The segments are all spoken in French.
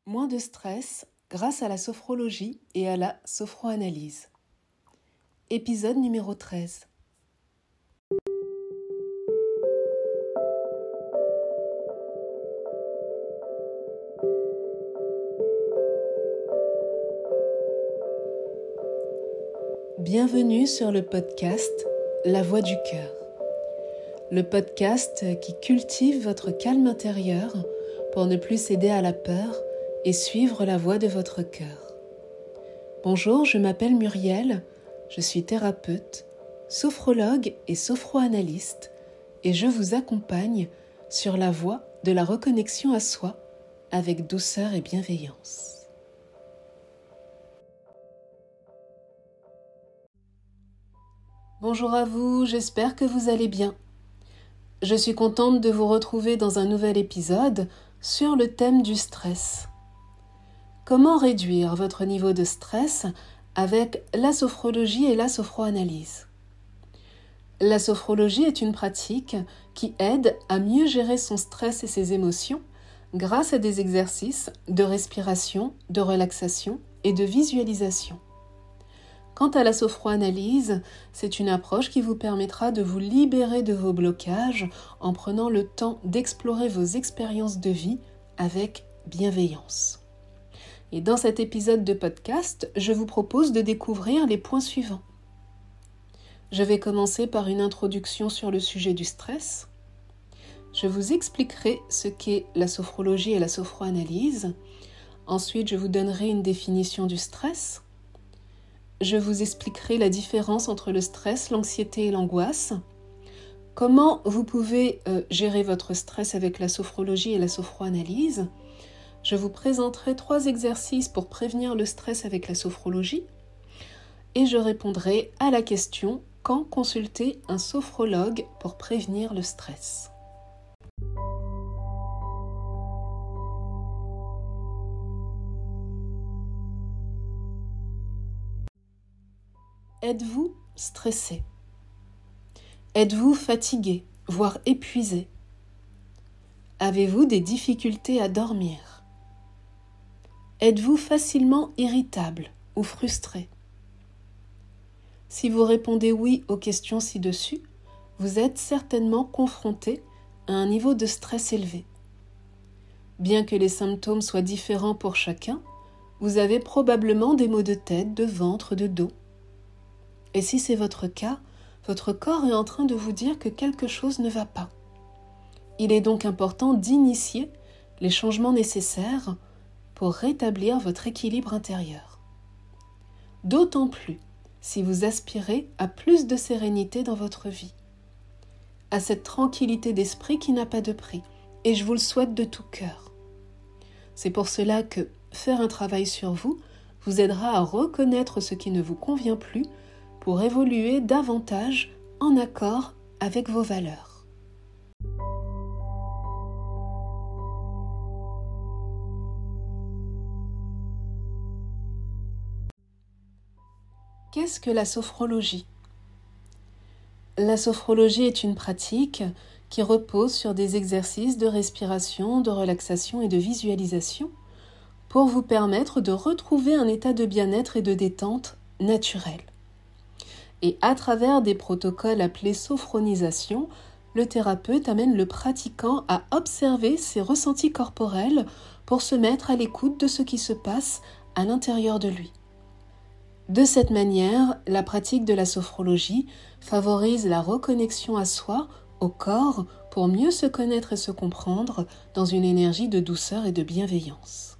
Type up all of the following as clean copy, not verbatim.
Moins de stress grâce à la sophrologie et à la sophroanalyse. Épisode numéro 13. Bienvenue sur le podcast La Voix du Cœur. Le podcast qui cultive votre calme intérieur pour ne plus céder à la peur et suivre la voix de votre cœur. Bonjour, je m'appelle Muriel, je suis thérapeute, sophrologue et sophroanalyste et je vous accompagne sur la voie de la reconnexion à soi avec douceur et bienveillance. Bonjour à vous, j'espère que vous allez bien. Je suis contente de vous retrouver dans un nouvel épisode sur le thème du stress. Comment réduire votre niveau de stress avec la sophrologie et la sophroanalyse? La sophrologie est une pratique qui aide à mieux gérer son stress et ses émotions grâce à des exercices de respiration, de relaxation et de visualisation. Quant à la sophroanalyse, c'est une approche qui vous permettra de vous libérer de vos blocages en prenant le temps d'explorer vos expériences de vie avec bienveillance. Et dans cet épisode de podcast, je vous propose de découvrir les points suivants. Je vais commencer par une introduction sur le sujet du stress. Je vous expliquerai ce qu'est la sophrologie et la sophroanalyse. Ensuite, je vous donnerai une définition du stress. Je vous expliquerai la différence entre le stress, l'anxiété et l'angoisse. Comment vous pouvez gérer votre stress avec la sophrologie et la sophroanalyse. Je vous présenterai 3 exercices pour prévenir le stress avec la sophrologie. Et je répondrai à la question « Quand consulter un sophrologue pour prévenir le stress ?» Êtes-vous stressé? Êtes-vous fatigué, voire épuisé? Avez-vous des difficultés à dormir? Êtes-vous facilement irritable ou frustré? Si vous répondez oui aux questions ci-dessus, vous êtes certainement confronté à un niveau de stress élevé. Bien que les symptômes soient différents pour chacun, vous avez probablement des maux de tête, de ventre, de dos. Et si c'est votre cas, votre corps est en train de vous dire que quelque chose ne va pas. Il est donc important d'initier les changements nécessaires pour rétablir votre équilibre intérieur. D'autant plus si vous aspirez à plus de sérénité dans votre vie, à cette tranquillité d'esprit qui n'a pas de prix, et je vous le souhaite de tout cœur. C'est pour cela que faire un travail sur vous vous aidera à reconnaître ce qui ne vous convient plus pour évoluer davantage en accord avec vos valeurs. Qu'est-ce que la sophrologie? La sophrologie est une pratique qui repose sur des exercices de respiration, de relaxation et de visualisation pour vous permettre de retrouver un état de bien-être et de détente naturel. Et à travers des protocoles appelés sophronisation, le thérapeute amène le pratiquant à observer ses ressentis corporels pour se mettre à l'écoute de ce qui se passe à l'intérieur de lui. De cette manière, la pratique de la sophrologie favorise la reconnexion à soi, au corps, pour mieux se connaître et se comprendre dans une énergie de douceur et de bienveillance.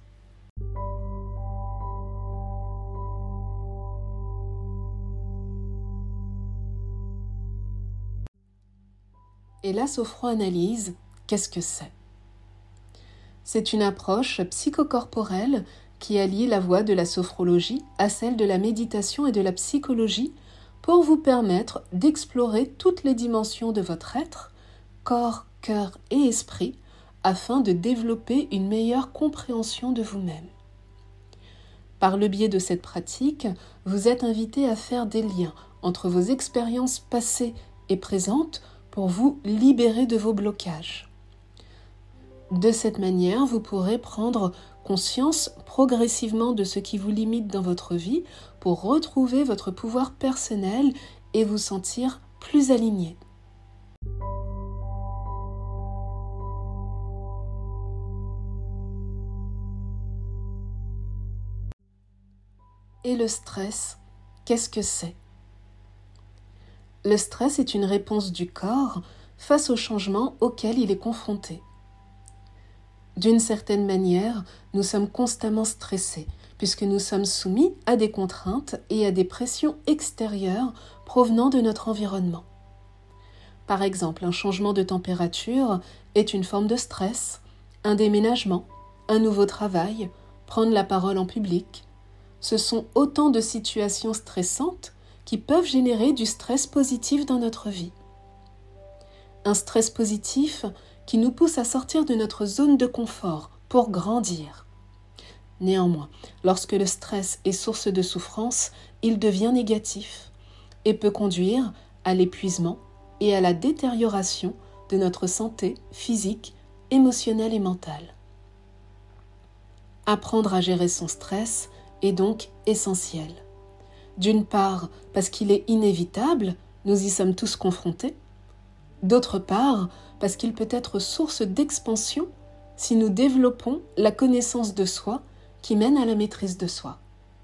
Et la sophroanalyse, qu'est-ce que c'est? C'est une approche psychocorporelle qui allie la voie de la sophrologie à celle de la méditation et de la psychologie pour vous permettre d'explorer toutes les dimensions de votre être, corps, cœur et esprit, afin de développer une meilleure compréhension de vous-même. Par le biais de cette pratique, vous êtes invité à faire des liens entre vos expériences passées et présentes pour vous libérer de vos blocages. De cette manière, vous pourrez prendre conscience progressivement de ce qui vous limite dans votre vie pour retrouver votre pouvoir personnel et vous sentir plus aligné. Et le stress, qu'est-ce que c'est? Le stress est une réponse du corps face aux changements auxquels il est confronté. D'une certaine manière, nous sommes constamment stressés, puisque nous sommes soumis à des contraintes et à des pressions extérieures provenant de notre environnement. Par exemple, un changement de température est une forme de stress, un déménagement, un nouveau travail, prendre la parole en public. Ce sont autant de situations stressantes qui peuvent générer du stress positif dans notre vie. Un stress positif qui nous pousse à sortir de notre zone de confort pour grandir. Néanmoins, lorsque le stress est source de souffrance, il devient négatif et peut conduire à l'épuisement et à la détérioration de notre santé physique, émotionnelle et mentale. Apprendre à gérer son stress est donc essentiel. D'une part, parce qu'il est inévitable, nous y sommes tous confrontés. D'autre part, parce qu'il peut être source d'expansion si nous développons la connaissance de soi qui mène à la maîtrise de soi.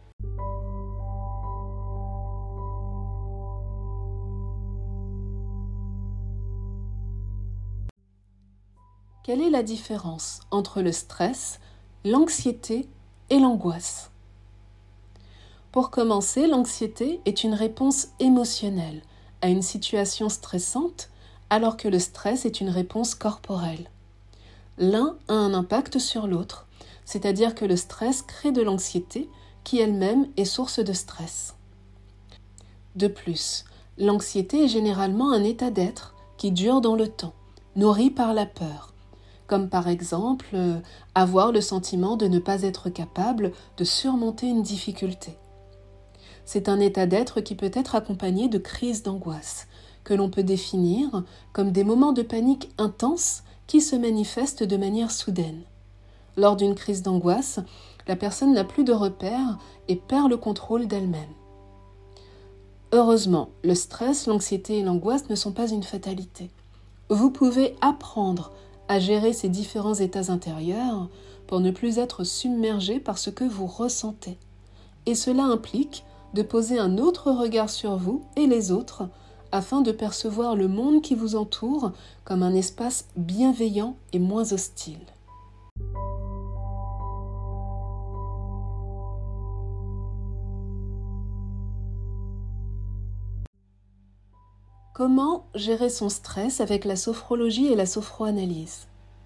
Quelle est la différence entre le stress, l'anxiété et l'angoisse? Pour commencer, l'anxiété est une réponse émotionnelle à une situation stressante, alors que le stress est une réponse corporelle. L'un a un impact sur l'autre, c'est-à-dire que le stress crée de l'anxiété qui elle-même est source de stress. De plus, l'anxiété est généralement un état d'être qui dure dans le temps, nourri par la peur, comme par exemple avoir le sentiment de ne pas être capable de surmonter une difficulté. C'est un état d'être qui peut être accompagné de crises d'angoisse, que l'on peut définir comme des moments de panique intense qui se manifestent de manière soudaine. Lors d'une crise d'angoisse, la personne n'a plus de repères et perd le contrôle d'elle-même. Heureusement, le stress, l'anxiété et l'angoisse ne sont pas une fatalité. Vous pouvez apprendre à gérer ces différents états intérieurs pour ne plus être submergé par ce que vous ressentez. Et cela implique de poser un autre regard sur vous et les autres afin de percevoir le monde qui vous entoure comme un espace bienveillant et moins hostile. Comment gérer son stress avec la sophrologie et la sophroanalyse?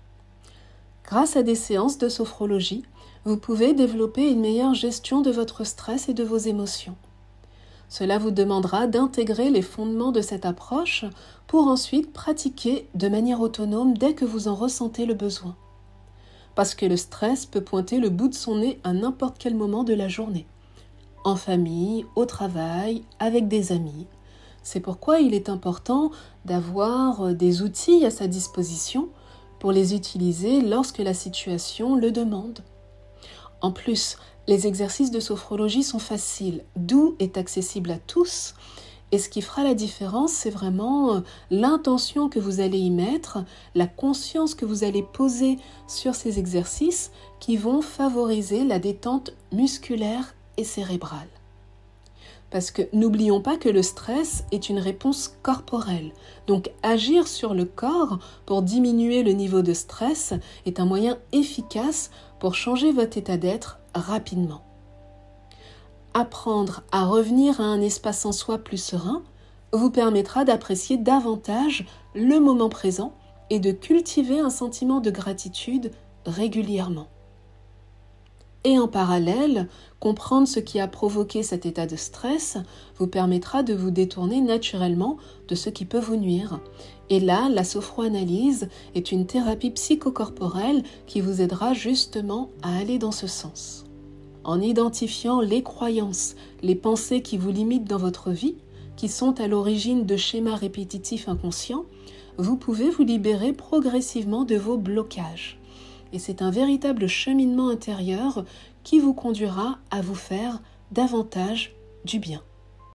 Grâce à des séances de sophrologie, vous pouvez développer une meilleure gestion de votre stress et de vos émotions. Cela vous demandera d'intégrer les fondements de cette approche pour ensuite pratiquer de manière autonome dès que vous en ressentez le besoin. Parce que le stress peut pointer le bout de son nez à n'importe quel moment de la journée. En famille, au travail, avec des amis. C'est pourquoi il est important d'avoir des outils à sa disposition pour les utiliser lorsque la situation le demande. En plus, les exercices de sophrologie sont faciles, doux et accessibles à tous. Et ce qui fera la différence, c'est vraiment l'intention que vous allez y mettre, la conscience que vous allez poser sur ces exercices qui vont favoriser la détente musculaire et cérébrale. Parce que n'oublions pas que le stress est une réponse corporelle. Donc agir sur le corps pour diminuer le niveau de stress est un moyen efficace pour changer votre état d'être rapidement. Apprendre à revenir à un espace en soi plus serein vous permettra d'apprécier davantage le moment présent et de cultiver un sentiment de gratitude régulièrement. Et en parallèle, comprendre ce qui a provoqué cet état de stress vous permettra de vous détourner naturellement de ce qui peut vous nuire. Et là, la sophroanalyse est une thérapie psychocorporelle qui vous aidera justement à aller dans ce sens. En identifiant les croyances, les pensées qui vous limitent dans votre vie, qui sont à l'origine de schémas répétitifs inconscients, vous pouvez vous libérer progressivement de vos blocages. et c'est un véritable cheminement intérieur qui vous conduira à vous faire davantage du bien.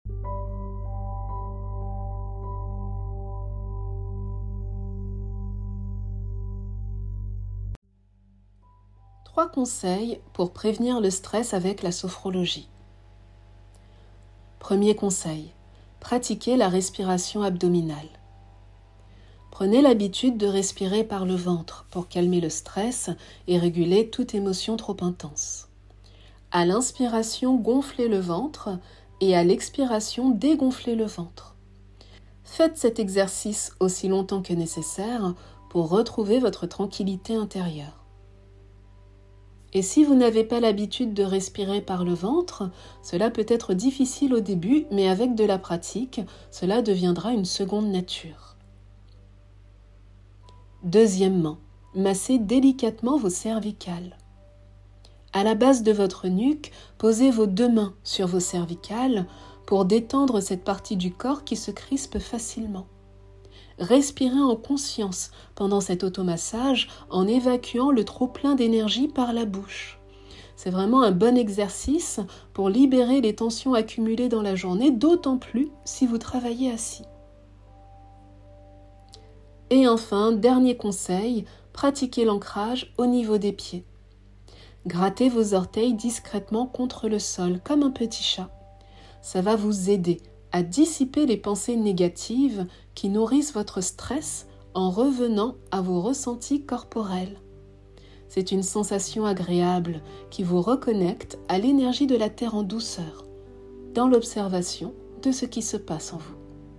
Trois conseils pour prévenir le stress avec la sophrologie. Premier conseil, pratiquez la respiration abdominale. Prenez l'habitude de respirer par le ventre pour calmer le stress et réguler toute émotion trop intense. À l'inspiration, gonflez le ventre et à l'expiration, dégonflez le ventre. Faites cet exercice aussi longtemps que nécessaire pour retrouver votre tranquillité intérieure. Et si vous n'avez pas l'habitude de respirer par le ventre, cela peut être difficile au début, mais avec de la pratique, cela deviendra une seconde nature. Deuxièmement, massez délicatement vos cervicales. À la base de votre nuque, posez vos deux mains sur vos cervicales pour détendre cette partie du corps qui se crispe facilement. Respirez en conscience pendant cet automassage en évacuant le trop-plein d'énergie par la bouche. C'est vraiment un bon exercice pour libérer les tensions accumulées dans la journée, d'autant plus si vous travaillez assis. Et enfin, dernier conseil, pratiquez l'ancrage au niveau des pieds. Grattez vos orteils discrètement contre le sol, comme un petit chat. Ça va vous aider à dissiper les pensées négatives qui nourrissent votre stress en revenant à vos ressentis corporels. C'est une sensation agréable qui vous reconnecte à l'énergie de la Terre en douceur, dans l'observation de ce qui se passe en vous.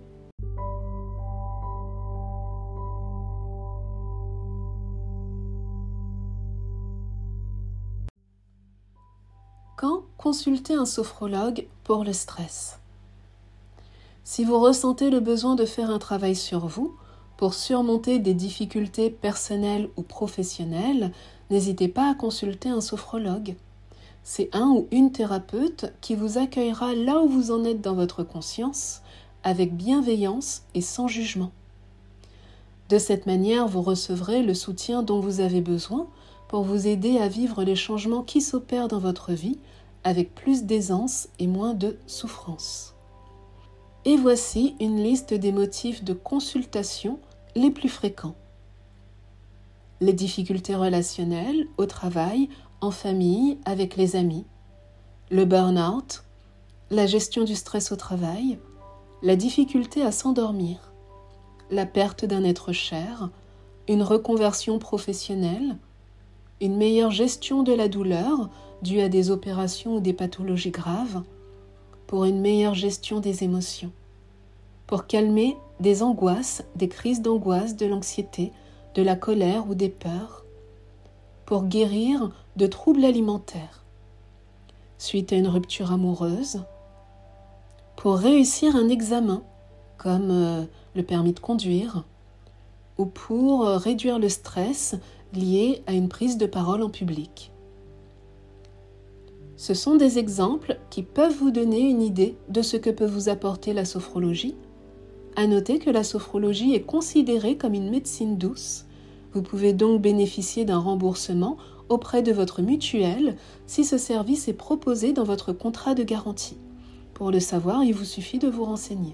Quand consulter un sophrologue pour le stress? Si vous ressentez le besoin de faire un travail sur vous, pour surmonter des difficultés personnelles ou professionnelles, n'hésitez pas à consulter un sophrologue. C'est un ou une thérapeute qui vous accueillera là où vous en êtes dans votre conscience, avec bienveillance et sans jugement. De cette manière, vous recevrez le soutien dont vous avez besoin pour vous aider à vivre les changements qui s'opèrent dans votre vie avec plus d'aisance et moins de souffrance. Et voici une liste des motifs de consultation les plus fréquents. Les difficultés relationnelles, au travail, en famille, avec les amis, le burn-out, la gestion du stress au travail, la difficulté à s'endormir, la perte d'un être cher, une reconversion professionnelle, une meilleure gestion de la douleur due à des opérations ou des pathologies graves, pour une meilleure gestion des émotions, pour calmer des angoisses, des crises d'angoisse, de l'anxiété, de la colère ou des peurs, pour guérir de troubles alimentaires, suite à une rupture amoureuse, pour réussir un examen, comme le permis de conduire, ou pour réduire le stress lié à une prise de parole en public. Ce sont des exemples qui peuvent vous donner une idée de ce que peut vous apporter la sophrologie. À noter que la sophrologie est considérée comme une médecine douce. Vous pouvez donc bénéficier d'un remboursement auprès de votre mutuelle si ce service est proposé dans votre contrat de garantie. Pour le savoir, il vous suffit de vous renseigner.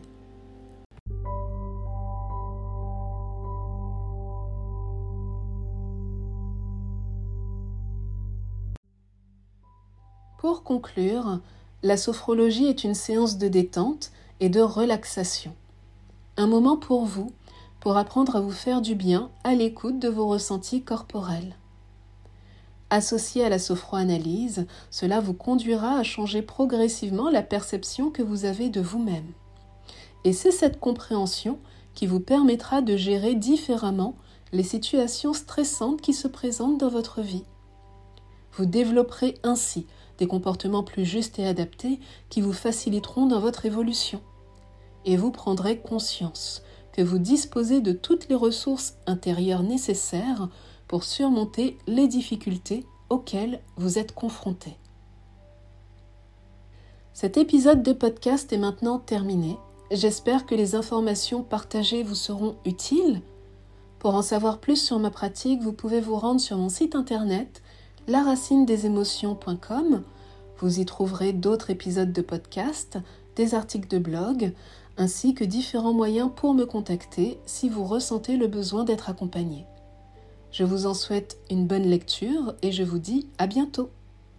Pour conclure, la sophrologie est une séance de détente et de relaxation. Un moment pour vous, pour apprendre à vous faire du bien à l'écoute de vos ressentis corporels. Associé à la sophroanalyse, cela vous conduira à changer progressivement la perception que vous avez de vous-même. Et c'est cette compréhension qui vous permettra de gérer différemment les situations stressantes qui se présentent dans votre vie. Vous développerez ainsi des comportements plus justes et adaptés qui vous faciliteront dans votre évolution. Et vous prendrez conscience que vous disposez de toutes les ressources intérieures nécessaires pour surmonter les difficultés auxquelles vous êtes confrontés. Cet épisode de podcast est maintenant terminé. J'espère que les informations partagées vous seront utiles. Pour en savoir plus sur ma pratique, vous pouvez vous rendre sur mon site internet laracinedesémotions.com. Vous y trouverez d'autres épisodes de podcast, des articles de blog, ainsi que différents moyens pour me contacter si vous ressentez le besoin d'être accompagné. Je vous en souhaite une bonne lecture et je vous dis à bientôt.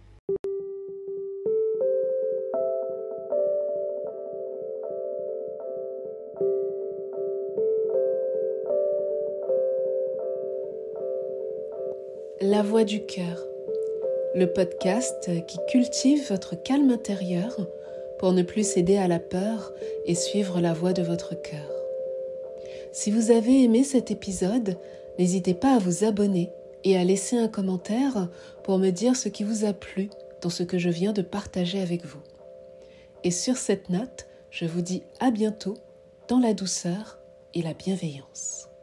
La voix du cœur, le podcast qui cultive votre calme intérieur pour ne plus céder à la peur et suivre la voix de votre cœur. Si vous avez aimé cet épisode, n'hésitez pas à vous abonner et à laisser un commentaire pour me dire ce qui vous a plu dans ce que je viens de partager avec vous. Et sur cette note, je vous dis à bientôt dans la douceur et la bienveillance.